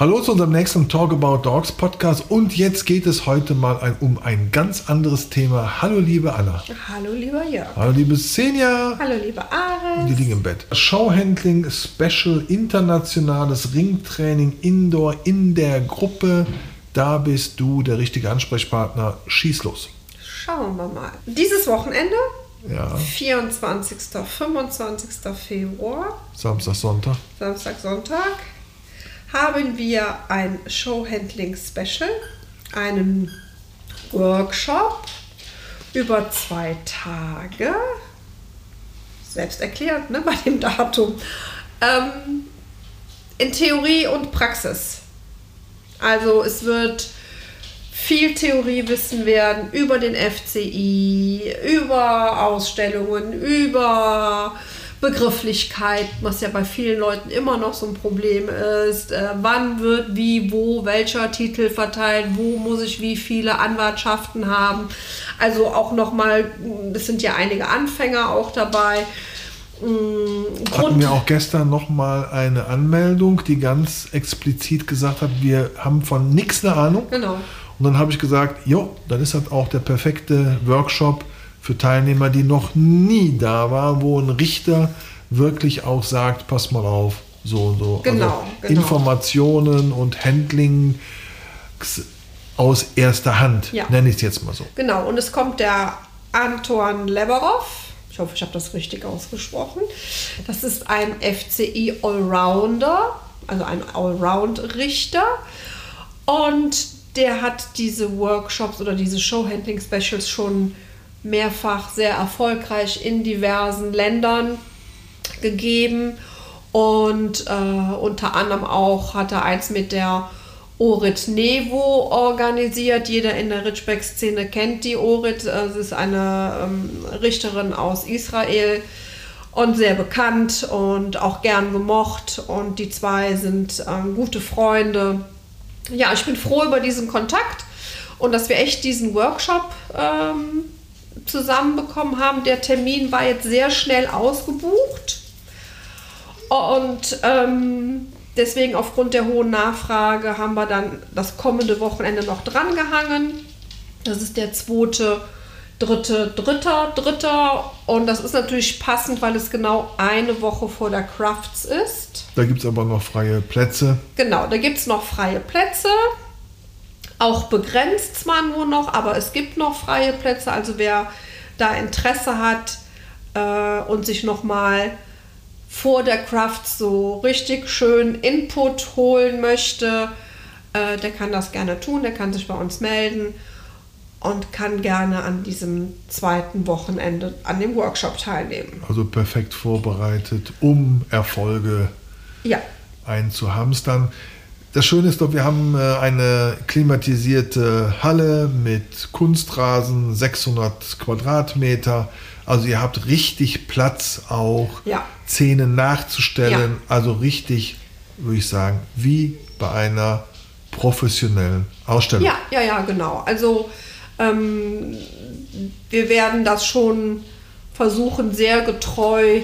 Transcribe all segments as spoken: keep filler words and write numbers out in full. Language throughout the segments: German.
Hallo zu unserem nächsten Talk About Dogs Podcast und jetzt geht es heute mal ein, um ein ganz anderes Thema. Hallo liebe Anna. Hallo lieber Jörg. Hallo liebe Xenia. Hallo lieber Ares. Die liegen im Bett. Showhandling Special, internationales Ringtraining Indoor in der Gruppe. Da bist du der richtige Ansprechpartner. Schieß los. Schauen wir mal. Dieses Wochenende, ja. vierundzwanzigsten fünfundzwanzigsten Februar. Samstag, Sonntag. Samstag, Sonntag. Haben wir ein Showhandling Special, einen Workshop über zwei Tage, selbsterklärend, ne, bei dem Datum, ähm, in Theorie und Praxis. Also es wird viel Theoriewissen werden über den F C I, über Ausstellungen, über Begrifflichkeit, was ja bei vielen Leuten immer noch so ein Problem ist. Äh, wann wird wie, wo, welcher Titel verteilt, wo muss ich wie viele Anwartschaften haben. Also auch nochmal, es sind ja einige Anfänger auch dabei. Mm, Hatten wir auch gestern nochmal eine Anmeldung, die ganz explizit gesagt hat, wir haben von nichts eine Ahnung. Genau. Und dann habe ich gesagt, jo, dann ist das auch der perfekte Workshop für Teilnehmer, die noch nie da waren, wo ein Richter wirklich auch sagt, pass mal auf, so und so. Genau, also genau. Informationen und Handling aus erster Hand, ja. nenne ich es jetzt mal so. Genau, und es kommt der Anton Leberov. Ich hoffe, ich habe das richtig ausgesprochen. Das ist ein F C I Allrounder, also ein Allround-Richter. Und der hat diese Workshops oder diese Showhandling-Specials schon mehrfach sehr erfolgreich in diversen Ländern gegeben. Und äh, unter anderem auch hat er eins mit der Orit Nevo organisiert. Jeder in der Ridgeback-Szene kennt die Orit. Sie ist eine ähm, Richterin aus Israel und sehr bekannt und auch gern gemocht. Und die zwei sind ähm, gute Freunde. Ja, ich bin froh über diesen Kontakt und dass wir echt diesen Workshop ähm, zusammenbekommen haben. Der Termin war jetzt sehr schnell ausgebucht. Und ähm, deswegen aufgrund der hohen Nachfrage haben wir dann das kommende Wochenende noch dran gehangen. Das ist der zweite, dritte, dritter, dritter. Und das ist natürlich passend, weil es genau eine Woche vor der Crafts ist. Da gibt es aber noch freie Plätze. Genau, da gibt es noch freie Plätze. Auch begrenzt zwar nur noch, aber es gibt noch freie Plätze. Also wer da Interesse hat äh, und sich nochmal vor der Crafts so richtig schön Input holen möchte, äh, der kann das gerne tun, der kann sich bei uns melden und kann gerne an diesem zweiten Wochenende an dem Workshop teilnehmen. Also perfekt vorbereitet, um Erfolge ja. einzuhamstern. Das Schöne ist doch, wir haben eine klimatisierte Halle mit Kunstrasen, sechshundert Quadratmeter. Also ihr habt richtig Platz auch, ja. Szenen nachzustellen. Ja. Also richtig, würde ich sagen, wie bei einer professionellen Ausstellung. Ja, ja, ja, genau. Also ähm, wir werden das schon versuchen, sehr getreu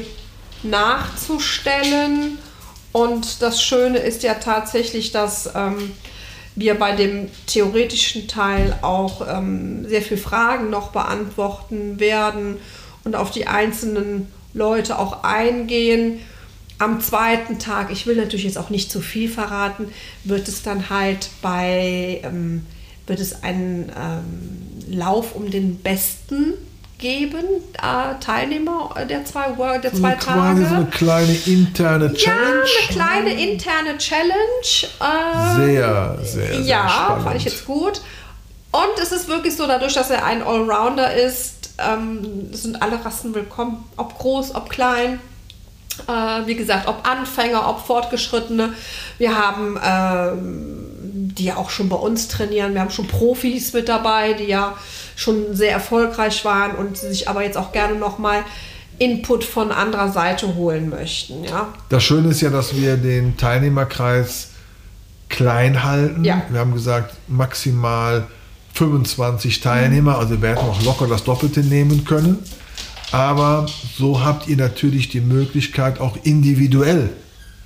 nachzustellen. Und das Schöne ist ja tatsächlich, dass ähm, wir bei dem theoretischen Teil auch ähm, sehr viele Fragen noch beantworten werden und auf die einzelnen Leute auch eingehen. Am zweiten Tag, ich will natürlich jetzt auch nicht zu viel verraten, wird es dann halt bei, ähm, wird es einen ähm, Lauf um den Besten geben, äh, Teilnehmer der zwei, der zwei also Tage. Quasi so eine kleine interne Challenge. Ja, eine kleine interne Challenge. Ähm, sehr, sehr, sehr ja, spannend. fand ich jetzt gut. Und es ist wirklich so, dadurch, dass er ein Allrounder ist, ähm, sind alle Rassen willkommen, ob groß, ob klein. Äh, wie gesagt, ob Anfänger, ob Fortgeschrittene. Wir haben ähm, die ja auch schon bei uns trainieren. Wir haben schon Profis mit dabei, die ja schon sehr erfolgreich waren und sich aber jetzt auch gerne nochmal Input von anderer Seite holen möchten. Ja. Das Schöne ist ja, dass wir den Teilnehmerkreis klein halten. Ja. Wir haben gesagt, maximal fünfundzwanzig Teilnehmer, also wir werden auch locker das Doppelte nehmen können. Aber so habt ihr natürlich die Möglichkeit, auch individuell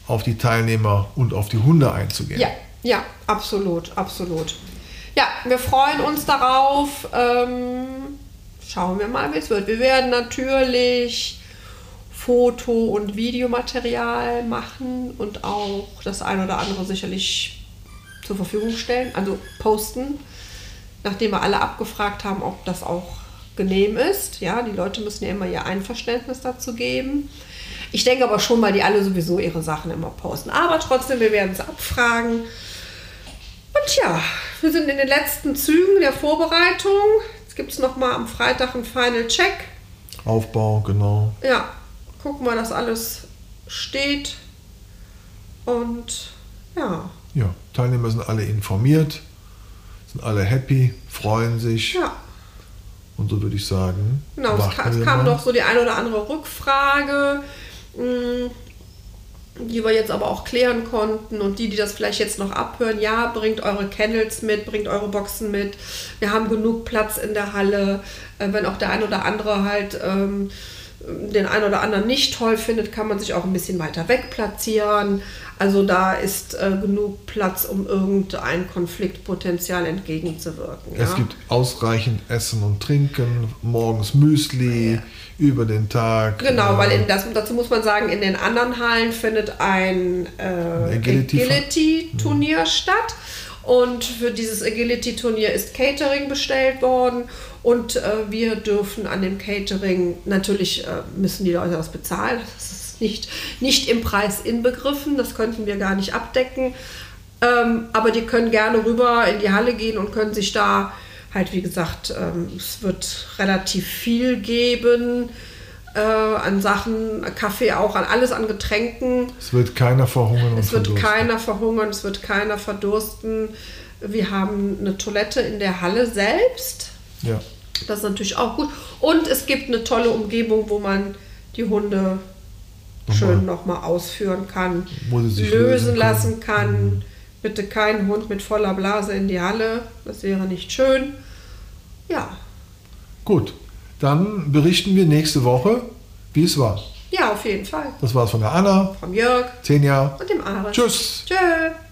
auf die Teilnehmer und auf die Hunde einzugehen. Ja, ja, absolut, absolut. Ja, wir freuen uns darauf. Ähm, schauen wir mal, wie es wird. Wir werden natürlich Foto- und Videomaterial machen und auch das ein oder andere sicherlich zur Verfügung stellen, also posten, nachdem wir alle abgefragt haben, ob das auch genehm ist. Ja, die Leute müssen ja immer ihr Einverständnis dazu geben. Ich denke aber schon, weil die alle sowieso ihre Sachen immer posten. Aber trotzdem, wir werden es abfragen. Und ja, wir sind in den letzten Zügen der Vorbereitung. Jetzt gibt es nochmal am Freitag einen Final Check. Aufbau, genau. Ja, gucken wir, dass alles steht. Und ja. Ja, Teilnehmer sind alle informiert, sind alle happy, freuen sich. Ja. Und so würde ich sagen. Genau, es kam, es kam noch so die eine oder andere Rückfrage, die wir jetzt aber auch klären konnten. Und die, die das vielleicht jetzt noch abhören, ja, bringt eure Kennels mit, bringt eure Boxen mit. Wir haben genug Platz in der Halle. Wenn auch der ein oder andere halt ähm, den einen oder anderen nicht toll findet, kann man sich auch ein bisschen weiter weg platzieren. Also da ist äh, genug Platz, um irgendein Konfliktpotenzial entgegenzuwirken. Es ja. gibt ausreichend Essen und Trinken, morgens Müsli, ja. über den Tag. Genau, äh, weil in das, dazu muss man sagen, in den anderen Hallen findet ein, äh, ein Agility-Turnier Agility statt. Und für dieses Agility-Turnier ist Catering bestellt worden. Und äh, wir dürfen an dem Catering, natürlich äh, müssen die Leute das bezahlen. Das ist nicht, nicht im Preis inbegriffen. Das könnten wir gar nicht abdecken. Ähm, aber die können gerne rüber in die Halle gehen und können sich da halt, wie gesagt, ähm, es wird relativ viel geben. Äh, an Sachen, Kaffee auch, an alles an Getränken. Es wird keiner verhungern und Es wird verdursten. keiner verhungern, es wird keiner verdursten. Wir haben eine Toilette in der Halle selbst. Ja. Das ist natürlich auch gut. Und es gibt eine tolle Umgebung, wo man die Hunde Nochmal. schön nochmal ausführen kann, Wo sie sich lösen lösen lassen kann. Mhm. Bitte kein Hund mit voller Blase in die Halle. Das wäre nicht schön. Ja. Gut, dann berichten wir nächste Woche, wie es war. Ja, auf jeden Fall. Das war's von der Anna, Vom Jörg Tenja. und dem Ares. Tschüss. Tschö.